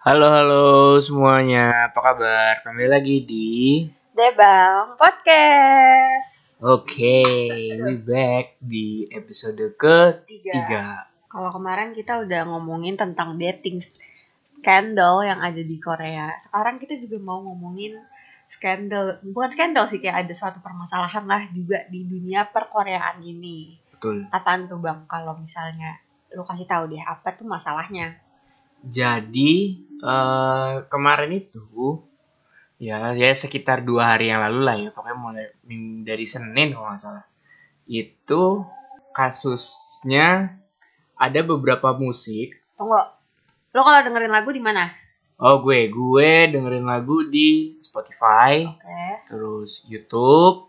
Halo halo semuanya, apa kabar? Kembali lagi di Debang Podcast. Oke, we back di episode ketiga. Kalau kemarin kita udah ngomongin tentang dating skandal yang ada di Korea. Sekarang kita juga mau ngomongin bukan skandal sih, kayak ada suatu permasalahan lah juga di dunia perkoreaan ini. Betul. Apaan tuh Bang? Kalau misalnya lu kasih tahu deh apa tuh masalahnya? Jadi kemarin itu ya sekitar 2 hari yang lalu lah ya, pokoknya mulai dari Senin kalau nggak salah. Itu kasusnya ada beberapa musik. Tunggu, lo kalau dengerin lagu di mana? Oh gue dengerin lagu di Spotify, terus YouTube,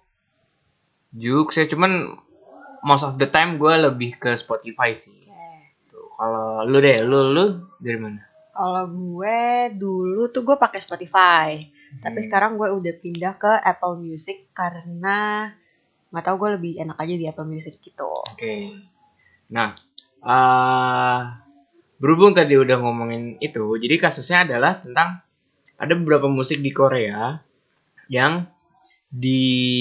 saya cuman most of the time gue lebih ke Spotify sih. Tuh, kalau lu deh, lu dari mana? Kalau gue dulu tuh gue pakai Spotify, tapi sekarang gue udah pindah ke Apple Music karena nggak tahu, gue lebih enak aja di Apple Music gitu. Oke. Nah, berhubung tadi udah ngomongin itu, jadi kasusnya adalah tentang ada beberapa musik di Korea yang di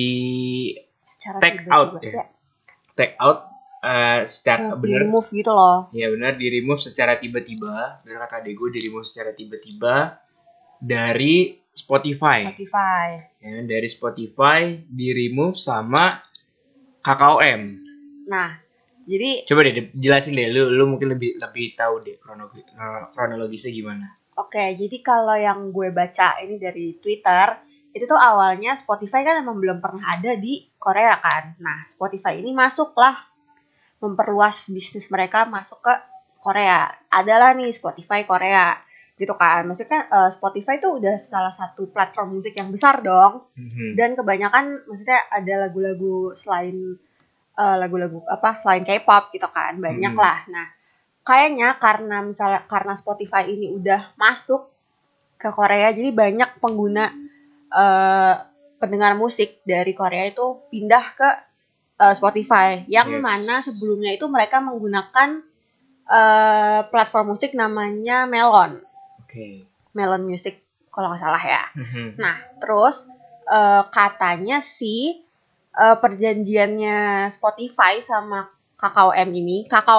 Secara take tiba-tiba, out ya. Take out secara benar. Di-remove gitu loh. Ya benar, di-remove secara tiba-tiba. Benar kata adek gue, di-remove secara tiba-tiba dari Spotify. Ya, dari Spotify di-remove sama KKOM. Nah, jadi coba deh jelasin deh, lu mungkin lebih tahu deh kronologisnya gimana. Oke, jadi kalau yang gue baca ini dari Twitter, itu tuh awalnya Spotify kan emang belum pernah ada di Korea kan. Nah, Spotify ini masuklah memperluas bisnis mereka masuk ke Korea. Adalah nih Spotify Korea gitu kan. Maksudnya Spotify tuh udah salah satu platform musik yang besar dong. Dan kebanyakan maksudnya ada lagu-lagu selain selain K-pop gitu kan. Banyak lah. Nah, kayaknya karena Spotify ini udah masuk ke Korea, jadi banyak pengguna pendengar musik dari Korea itu pindah ke Spotify, yang mana sebelumnya itu mereka menggunakan platform musik namanya Melon. Melon Music kalau nggak salah ya. Nah, terus katanya sih perjanjiannya Spotify sama KKOM ini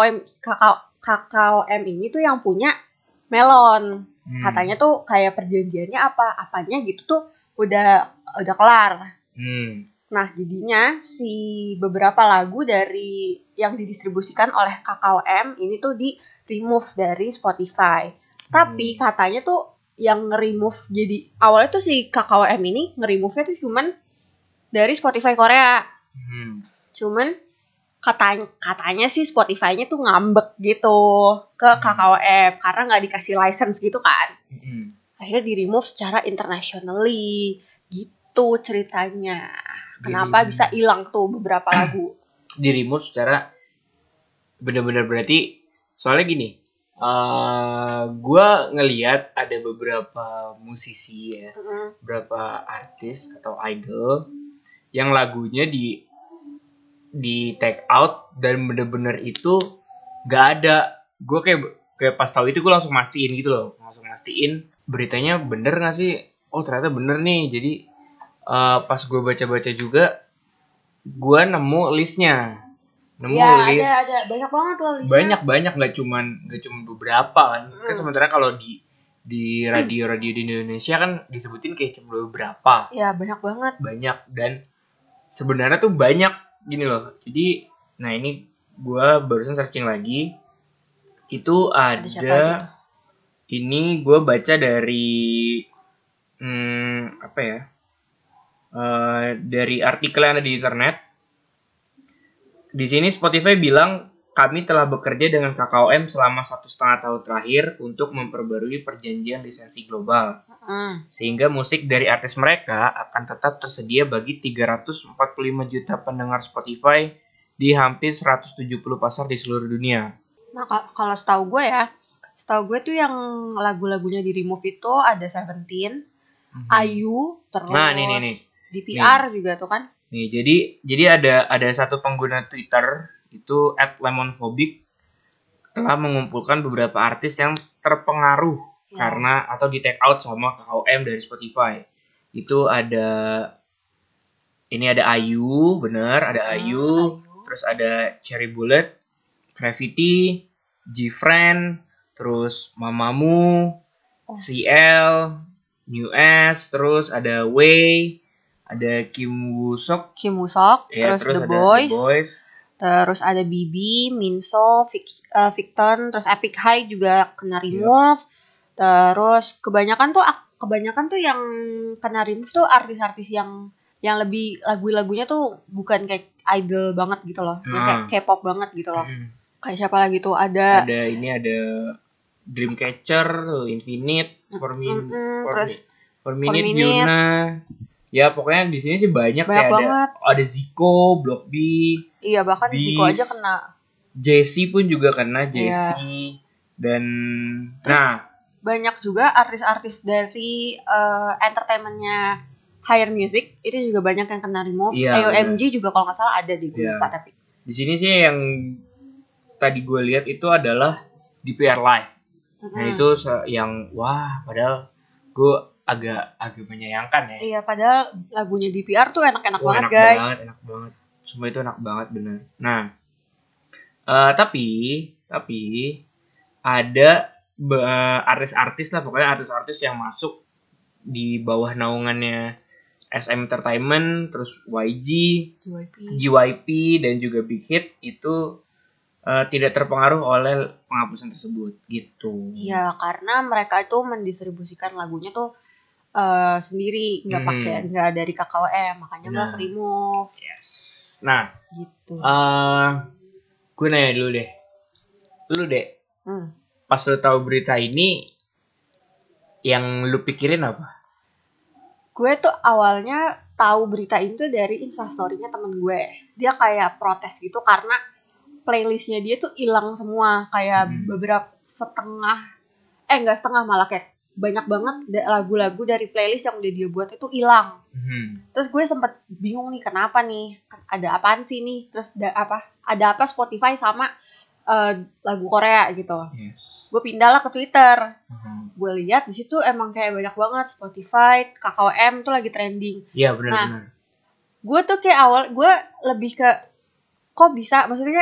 tuh yang punya Melon. Katanya tuh kayak perjanjiannya apanya gitu tuh udah kelar. Nah, jadinya si beberapa lagu dari yang didistribusikan oleh KKOM ini tuh di-remove dari Spotify. Tapi katanya tuh yang nge-remove, jadi awalnya tuh si KKOM ini nge-remove-nya tuh cuman dari Spotify Korea. Cuman katanya sih Spotify-nya tuh ngambek gitu ke KKOM karena nggak dikasih license gitu kan. Akhirnya di-remove secara internationally gitu ceritanya. Kenapa bisa hilang tuh beberapa lagu? Di-remove secara benar-benar, berarti soalnya gini, gue ngelihat ada beberapa musisi ya, beberapa artis atau idol yang lagunya di take out dan bener-bener itu gak ada. Gue kayak pas tahu itu gue langsung mastiin gitu loh, beritanya bener gak sih? Oh ternyata bener nih. Jadi pas gue baca-baca juga, gue nemu listnya. List ada banyak banget loh listnya. Banyak nggak cuma beberapa kan. Kan sementara kalau di radio di Indonesia kan disebutin kayak cuma beberapa. Iya, banyak banget. Dan sebenarnya tuh banyak gini loh. Jadi nah ini gue barusan searching lagi, itu ada siapa aja tuh? Ini gue baca dari dari artikel yang ada di internet. Di sini Spotify bilang, kami telah bekerja dengan KKOM selama 1,5 tahun terakhir untuk memperbarui perjanjian lisensi global. Sehingga musik dari artis mereka akan tetap tersedia bagi 345 juta pendengar Spotify di hampir 170 pasar di seluruh dunia. Nah, kalau setahu gue tuh yang lagu-lagunya di remove itu ada Seventeen, IU, terus DPR juga tuh kan. Nih, jadi ada satu pengguna Twitter itu @lemonphobic telah mengumpulkan beberapa artis yang terpengaruh karena atau di take out sama KKOM dari Spotify. Itu ada Ayu, bener, ada Ayu. Terus ada Cherry Bullet, Gravity, G-Friend, terus Mamamoo, CL, New S, terus ada Wei, ada Kim Woo Sok, ya, terus The Boys. Terus ada Bibi, Minso, Victon, terus Epic High juga kena remove. Terus kebanyakan tuh yang kena remove tuh artis-artis yang lebih lagunya tuh bukan kayak idol banget gitu loh, yang kayak K-pop banget gitu loh. Kayak siapa lagi tuh ada Dreamcatcher, Infinite, For Minute, Yuna. Ya pokoknya di sini sih banyak kayak banget. Ada Zico, Block B. Iya, bahkan Beast, Zico aja kena. Jessie pun juga kena, Jessie. Dan terus banyak juga artis-artis dari entertainmentnya Higher Music itu juga banyak yang kena remove. AOMG juga kalau nggak salah ada di lupa tapi. Di sini sih yang tadi gue lihat itu adalah DPR Live. Nah itu yang padahal gue agak menyayangkan ya. Iya, padahal lagunya DPR tuh enak-enak banget, guys. Enak banget. Semua itu enak banget, bener. Nah, tapi ada artis-artis lah, pokoknya artis-artis yang masuk di bawah naungannya SM Entertainment, terus JYP dan juga Big Hit itu tidak terpengaruh oleh penghapusan tersebut gitu. Iya, karena mereka itu mendistribusikan lagunya tuh sendiri, nggak dari KKOM, makanya nggak remove. Yes. Nah, gitu. Gue nanya dulu deh, pas lu tahu berita ini, yang lu pikirin apa? Gue tuh awalnya tahu berita itu dari instastory-nya temen gue. Dia kayak protes gitu karena playlistnya dia tuh hilang semua, kayak beberapa nggak setengah, malah kayak banyak banget lagu-lagu dari playlist yang udah dia buat itu hilang. Terus gue sempet bingung nih, kenapa nih, ada apaan sih nih, terus ada apa Spotify sama lagu Korea gitu. Gue pindahlah ke Twitter. Gue lihat di situ emang kayak banyak banget Spotify, KKOM tuh lagi trending. Iya, benar. Nah, gue tuh kayak gue lebih ke kok bisa, maksudnya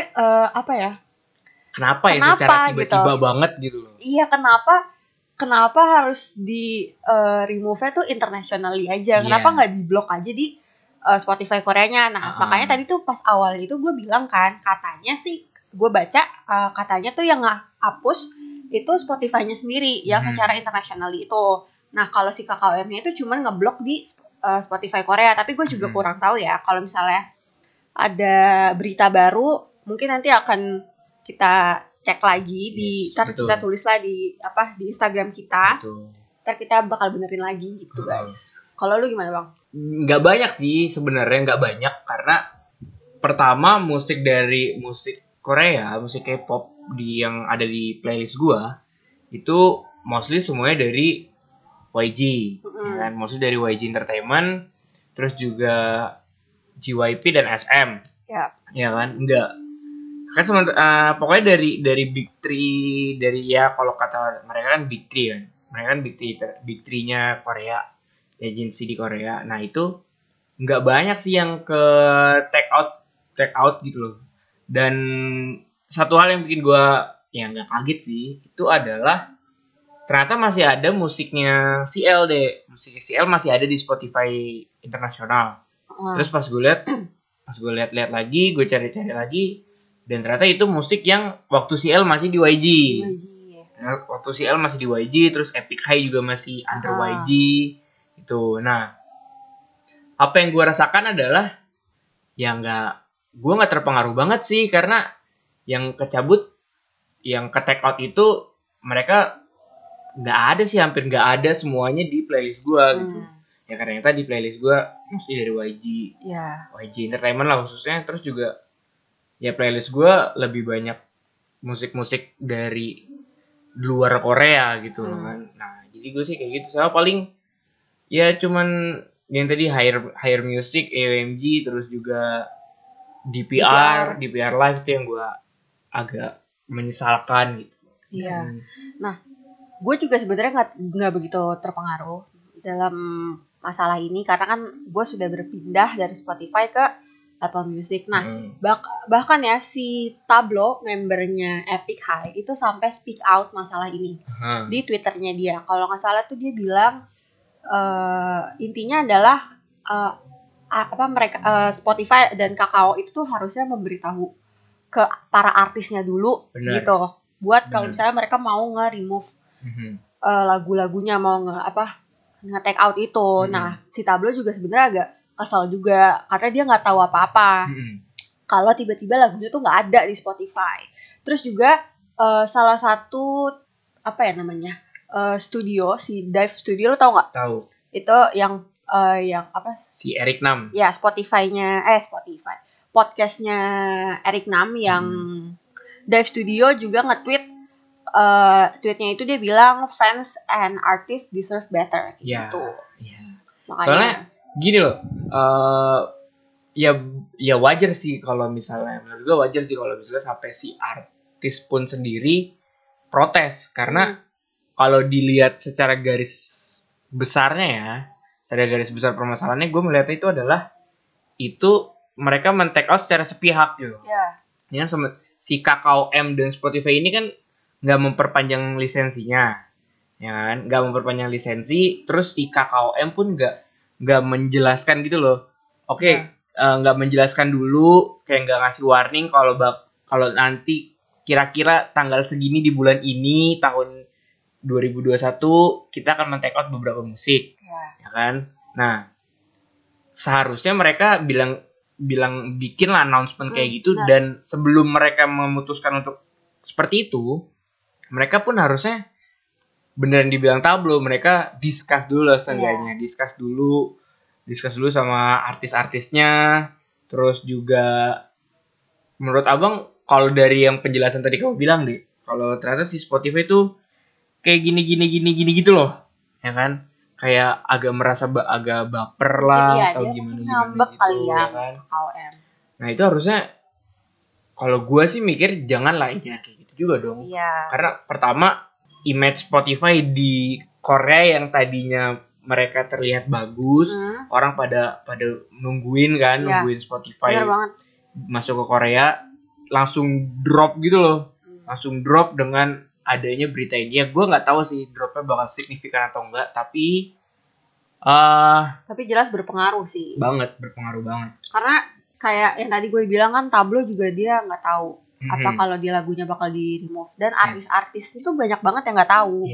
Kenapa ya secara tiba-tiba gitu banget gitu loh. Iya, kenapa harus di remove-nya tuh internationally aja. Kenapa nggak di-block aja di Spotify Koreanya. Nah, makanya tadi tuh pas awal itu gue bilang kan, katanya sih gue baca katanya tuh yang hapus itu Spotify-nya sendiri yang secara internasional itu. Nah, kalau si KKOM-nya itu cuma ngeblok di Spotify Korea, tapi gue juga kurang tahu ya. Kalau misalnya ada berita baru, mungkin nanti akan kita cek lagi kita tulis lah di Instagram kita. Ntar kita bakal benerin lagi gitu, guys. Kalau lu gimana, Bang? Nggak banyak sih sebenarnya, nggak banyak karena pertama musik Korea, musik K-pop yang ada di playlist gua itu mostly semuanya dari YG, ya kan? Mostly dari YG Entertainment, terus juga JYP dan SM, ya kan? Enggak, kan pokoknya dari Big Three, dari kalau kata mereka kan Big Three kan, mereka kan Big Three-nya Korea, agency di Korea. Nah itu nggak banyak sih yang ke take out gitu loh. Dan satu hal yang bikin gue nggak kaget sih, itu adalah ternyata masih ada musiknya CL deh. Musik CL masih ada di Spotify internasional. Terus pas gue lihat lagi, gue cari-cari lagi, dan ternyata itu musik yang waktu CL masih di YG. Nah, waktu CL masih di YG, terus Epic High juga masih under YG itu. Nah, apa yang gue rasakan adalah gue nggak terpengaruh banget sih, karena yang kecabut, yang ke take out itu mereka nggak ada sih, hampir nggak ada semuanya di playlist gue gitu. Ya karena yang tadi playlist gue mesti dari YG, YG Entertainment lah khususnya. Terus juga ya playlist gue lebih banyak musik-musik dari luar Korea gitu loh kan. Nah jadi gue sih kayak gitu. Soalnya paling ya cuman yang tadi Higher Music, AOMG, terus juga DPR Live itu yang gue agak menyesalkan gitu. Iya. Nah, gue juga sebenarnya nggak begitu terpengaruh dalam masalah ini karena kan gue sudah berpindah dari Spotify ke Apple Music. Nah, bahkan ya si Tablo membernya Epic High itu sampai speak out masalah ini di Twitternya dia. Kalau nggak salah tuh dia bilang intinya adalah Spotify dan Kakao itu tuh harusnya memberitahu ke para artisnya dulu. Bener. Gitu. Buat kalau misalnya mereka mau nge-remove lagu-lagunya, mau nge-take out itu. Nah, si Tablo juga sebenarnya agak kesal juga karena dia nggak tahu apa-apa kalau tiba-tiba lagunya tuh nggak ada di Spotify. Terus juga salah satu studio, si Dive Studio, lo tau nggak? Tahu. Itu yang si Eric Nam. Ya, Spotify podcastnya Eric Nam yang Dive Studio juga nge-tweet tweetnya itu dia bilang fans and artists deserve better gitu. Makanya soalnya gini loh, ya wajar sih kalau misalnya, menurut gue wajar sih kalau misalnya sampai si artis pun sendiri protes karena kalau dilihat secara garis besarnya ya, secara garis besar permasalahannya gue melihatnya itu adalah itu mereka men-take out secara sepihak gitu. Ya kan si Kakao M dan Spotify ini kan nggak memperpanjang lisensinya, ya kan? Nggak memperpanjang lisensi, terus si Kakao M pun nggak menjelaskan gitu loh. Nggak menjelaskan dulu, kayak nggak ngasih warning kalau nanti kira-kira tanggal segini di bulan ini tahun 2021 kita akan men-take out beberapa musik, ya kan? Nah, seharusnya mereka bilang bikinlah announcement kayak gitu, dan sebelum mereka memutuskan untuk seperti itu, mereka pun harusnya beneran dibilang Tablo, mereka discuss dulu lah seenggaknya, discuss dulu sama artis-artisnya. Terus juga menurut abang, kalau dari yang penjelasan tadi kamu bilang deh, kalau ternyata si Spotify itu kayak gini gitu loh, ya kan? Kayak agak baper lah, atau gimana ngambek gitu, kali ya kan? KOM. Nah itu harusnya, kalau gue sih mikir janganlah kayak gitu juga dong. Karena pertama, image Spotify di Korea yang tadinya mereka terlihat bagus, orang pada nungguin Spotify masuk ke Korea, langsung drop gitu loh, langsung drop dengan adanya berita ini. Ya gue nggak tahu sih dropnya bakal signifikan atau enggak, tapi jelas berpengaruh sih. Berpengaruh banget. Karena kayak yang tadi gue bilang kan, Tablo juga dia nggak tahu apa kalau di lagunya bakal di remove, dan artis-artis itu banyak banget yang nggak tahu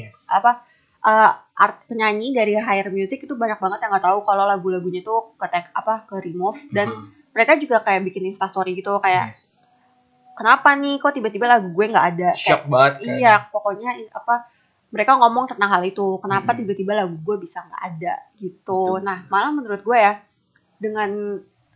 penyanyi dari Higher Music itu banyak banget yang nggak tahu kalau lagu-lagunya tuh ke remove, dan mereka juga kayak bikin instastory gitu kayak kenapa nih kok tiba-tiba lagu gue nggak ada, shock banget kan. Iya, pokoknya mereka ngomong tentang hal itu, kenapa tiba-tiba lagu gue bisa nggak ada gitu. Betul. Nah, malah menurut gue ya, dengan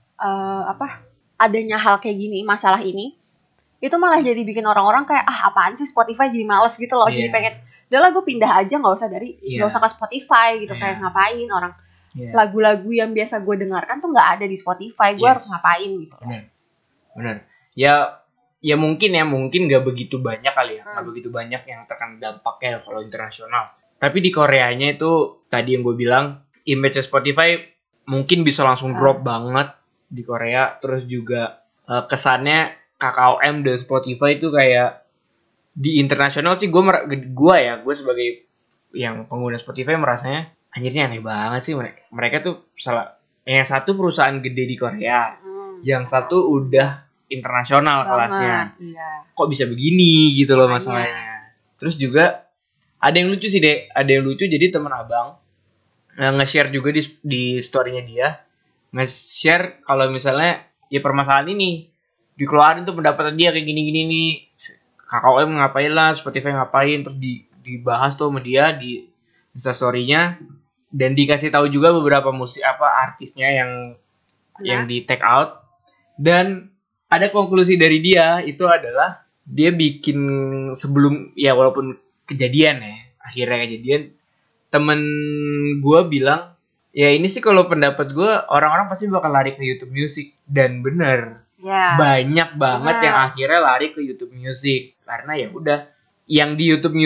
adanya hal kayak gini, masalah ini, itu malah jadi bikin orang-orang kayak apaan sih Spotify, jadi males gitu loh. Jadi pengen, udahlah gue pindah aja, nggak usah ke Spotify gitu. Kayak ngapain orang lagu-lagu yang biasa gue dengarkan tuh nggak ada di Spotify, gue harus ngapain gitu. Benar. Ya mungkin nggak begitu banyak kali ya, nggak begitu banyak yang terkena dampaknya kalau internasional. Tapi di Koreanya itu tadi yang gue bilang, image Spotify mungkin bisa langsung drop banget di Korea. Terus juga kesannya Kakao M dan Spotify itu kayak di internasional sih, gue sebagai yang pengguna Spotify merasanya anjirnya aneh banget sih mereka tuh salah. Yang satu perusahaan gede di Korea, yang satu udah internasional kelasnya. Kok bisa begini gitu loh masalahnya. Terus juga ada yang lucu sih deh, jadi teman abang nge-share juga di story-nya dia, nge-share kalau misalnya ya permasalahan ini dikeluarin tuh pendapatan dia kayak gini-gini nih, KKM ngapain lah, Spotify ngapain, terus dibahas tuh sama dia di Instastory-nya, dan dikasih tahu juga beberapa artisnya yang di take out. Dan ada konklusi dari dia, itu adalah dia bikin sebelum, ya walaupun akhirnya kejadian, temen gue bilang, ya ini sih kalau pendapat gue, orang-orang pasti bakal lari ke YouTube Music. Dan bener, banyak banget yang akhirnya lari ke YouTube Music, karena ya udah, yang di YouTube Music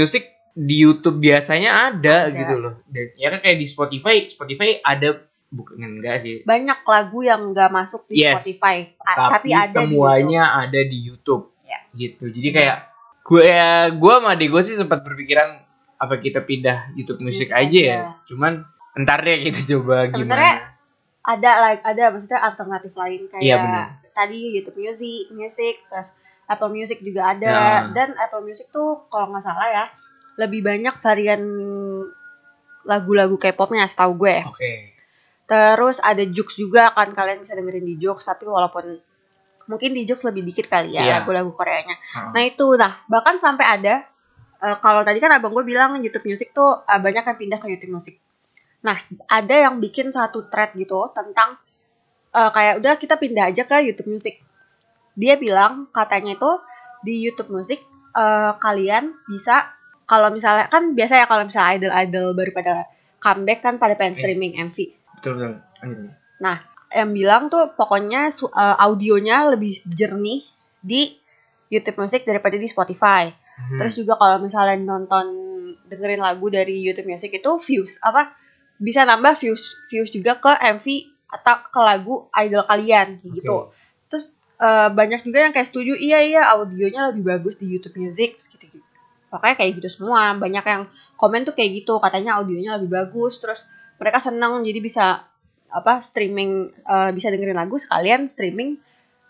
di YouTube biasanya ada gitu loh. Dan ya kan kayak di Spotify ada, bukan enggak sih. Banyak lagu yang enggak masuk di Spotify, tapi ada semuanya ada di YouTube. Ya. Gitu. Jadi kayak gue sama adik gue sih sempat berpikiran apa kita pindah YouTube Music aja ya. Cuman ntar deh kita coba sebenarnya gimana. Ada maksudnya alternatif lain kayak tadi YouTube Music, terus Apple Music juga ada. Dan Apple Music tuh kalau nggak salah ya lebih banyak varian lagu-lagu K-popnya setahu gue. Terus ada Joox juga kan, kalian bisa dengerin di Joox, tapi walaupun mungkin di Joox lebih dikit kali ya lagu-lagu Koreanya. Nah bahkan sampai ada kalau tadi kan abang gue bilang YouTube Music tuh banyak yang pindah ke YouTube Music. Nah ada yang bikin satu thread gitu tentang kayak udah kita pindah aja ke YouTube Music. Dia bilang katanya itu di YouTube Music kalian bisa, kalau misalnya kan biasa ya kalau misalnya idol-idol baru pada comeback kan pada pengen streaming MV. Betul. Nah, yang bilang tuh pokoknya audionya lebih jernih di YouTube Music daripada di Spotify. Terus juga kalau misalnya dengerin lagu dari YouTube Music itu bisa nambah views juga ke MV atau ke lagu idol kalian gitu. Terus banyak juga yang kayak setuju, iya audionya lebih bagus di YouTube Music gitu. Pokoknya kayak gitu semua. Banyak yang komen tuh kayak gitu, katanya audionya lebih bagus, terus mereka seneng jadi bisa streaming, bisa dengerin lagu sekalian streaming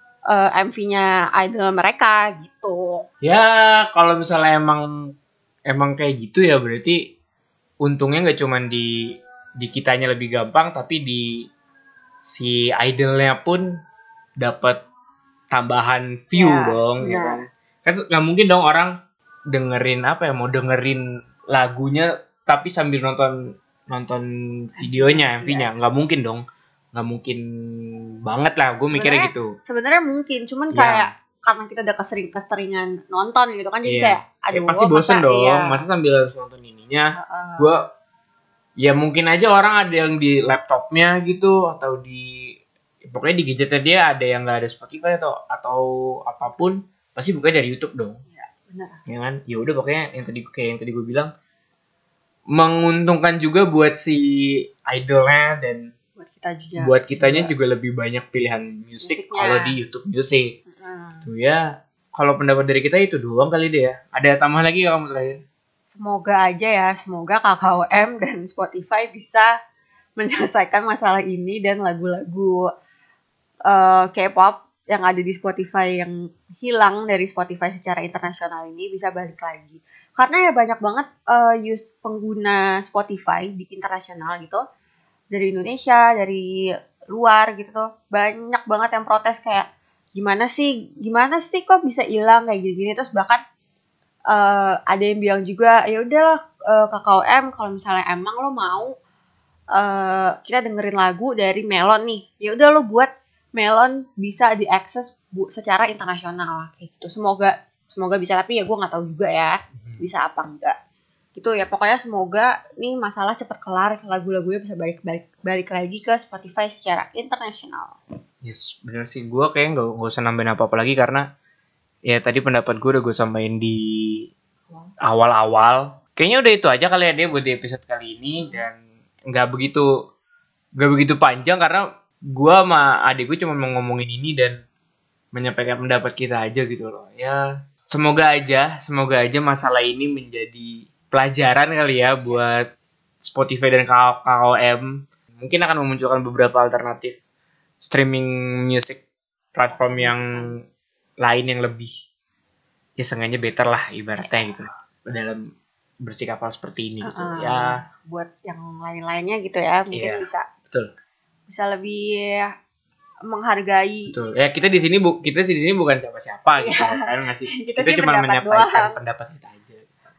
MV-nya idol mereka gitu. Ya kalau misalnya emang kayak gitu ya berarti untungnya nggak cuma di kitanya lebih gampang, tapi di si idolnya pun dapat tambahan view dong. Ya kan nggak mungkin dong orang mau dengerin lagunya tapi sambil nonton videonya, MV-nya. Nggak mungkin dong. Nggak mungkin banget lah, gue mikirnya gitu. Sebenarnya mungkin, cuman kayak karena kita udah keseringan nonton gitu kan, jadi kayak aduh, pasti bosen dong. Masa sambil harus nonton ininya. Gue ya mungkin aja orang ada yang di laptopnya gitu, atau pokoknya di gadgetnya dia ada yang nggak ada Spotify atau apapun, pasti bukanya dari YouTube dong. Benar. Ya kan? Ya udah pokoknya yang tadi gue bilang menguntungkan juga buat si idolnya dan buat kitanya juga lebih banyak pilihan musik kalau di YouTube Music. Tuh ya, kalau pendapat dari kita itu doang kali deh ya. Ada tambah lagi gak kamu terakhir? Semoga KKOM dan Spotify bisa menyelesaikan masalah ini dan lagu-lagu K-pop yang ada di Spotify yang hilang dari Spotify secara internasional ini bisa balik lagi. Karena ya banyak banget pengguna Spotify di internasional gitu, dari Indonesia, dari luar gitu tuh, banyak banget yang protes kayak gimana sih kok bisa hilang kayak gini-gini. Terus bahkan ada yang bilang juga ya udahlah KKOM kalau misalnya emang lo mau kita dengerin lagu dari Melon nih, ya udah lo buat Melon bisa diakses secara internasional kayak gitu. Semoga bisa, tapi ya gue nggak tahu juga ya bisa apa enggak gitu ya. Pokoknya semoga nih masalah cepat kelar, lagu-lagunya bisa balik lagi ke Spotify secara internasional. Yes, bener sih. Gue kayak nggak usah nambahin apa-apa lagi karena ya tadi pendapat gue udah gue sampaikan di awal-awal. Kayaknya udah itu aja kali ya dia buat di episode kali ini, dan nggak begitu panjang karena gue sama adik gue cuma mau ngomongin ini dan menyampaikan pendapat kita aja gitu loh. Ya semoga aja masalah ini menjadi pelajaran kali ya buat Spotify dan KKOM. Mungkin akan memunculkan beberapa alternatif streaming music platform yang lain yang lebih ya seenggaknya better lah ibaratnya gitu dalam bersikap hal seperti ini gitu. Ya buat yang lain-lainnya gitu ya, mungkin bisa lebih menghargai. Betul. Ya kita di sini bukan siapa-siapa gitu kan, kita cuma menyampaikan pendapat kita aja.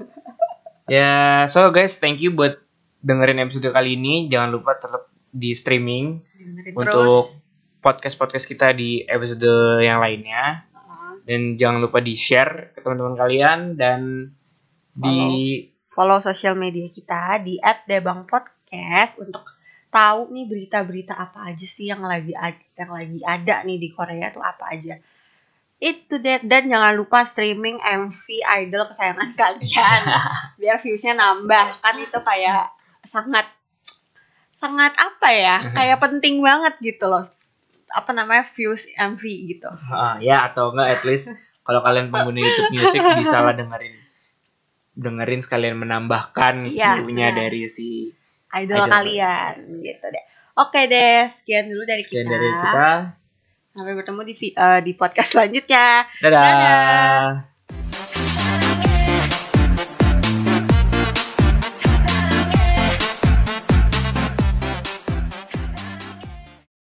Ya, so guys, thank you buat dengerin episode kali ini. Jangan lupa tetap di streaming untuk podcast kita di episode yang lainnya. Dan jangan lupa di-share ke teman-teman kalian dan follow sosial media kita di @debangpodcast untuk tahu nih berita-berita apa aja sih yang lagi ada nih di Korea tuh apa aja. Itu deh, dan jangan lupa streaming MV idol kesayangan kalian biar viewsnya nambah, kan itu kayak sangat apa ya, kayak penting banget gitu loh, apa namanya, views MV gitu. Ya atau enggak at least kalau kalian pengguna YouTube Music bisa lah dengerin sekalian menambahkan view-nya dari si idol kalian gitu deh. Oke deh, sekian dulu dari kita. Sampai bertemu di podcast selanjutnya. Dadah.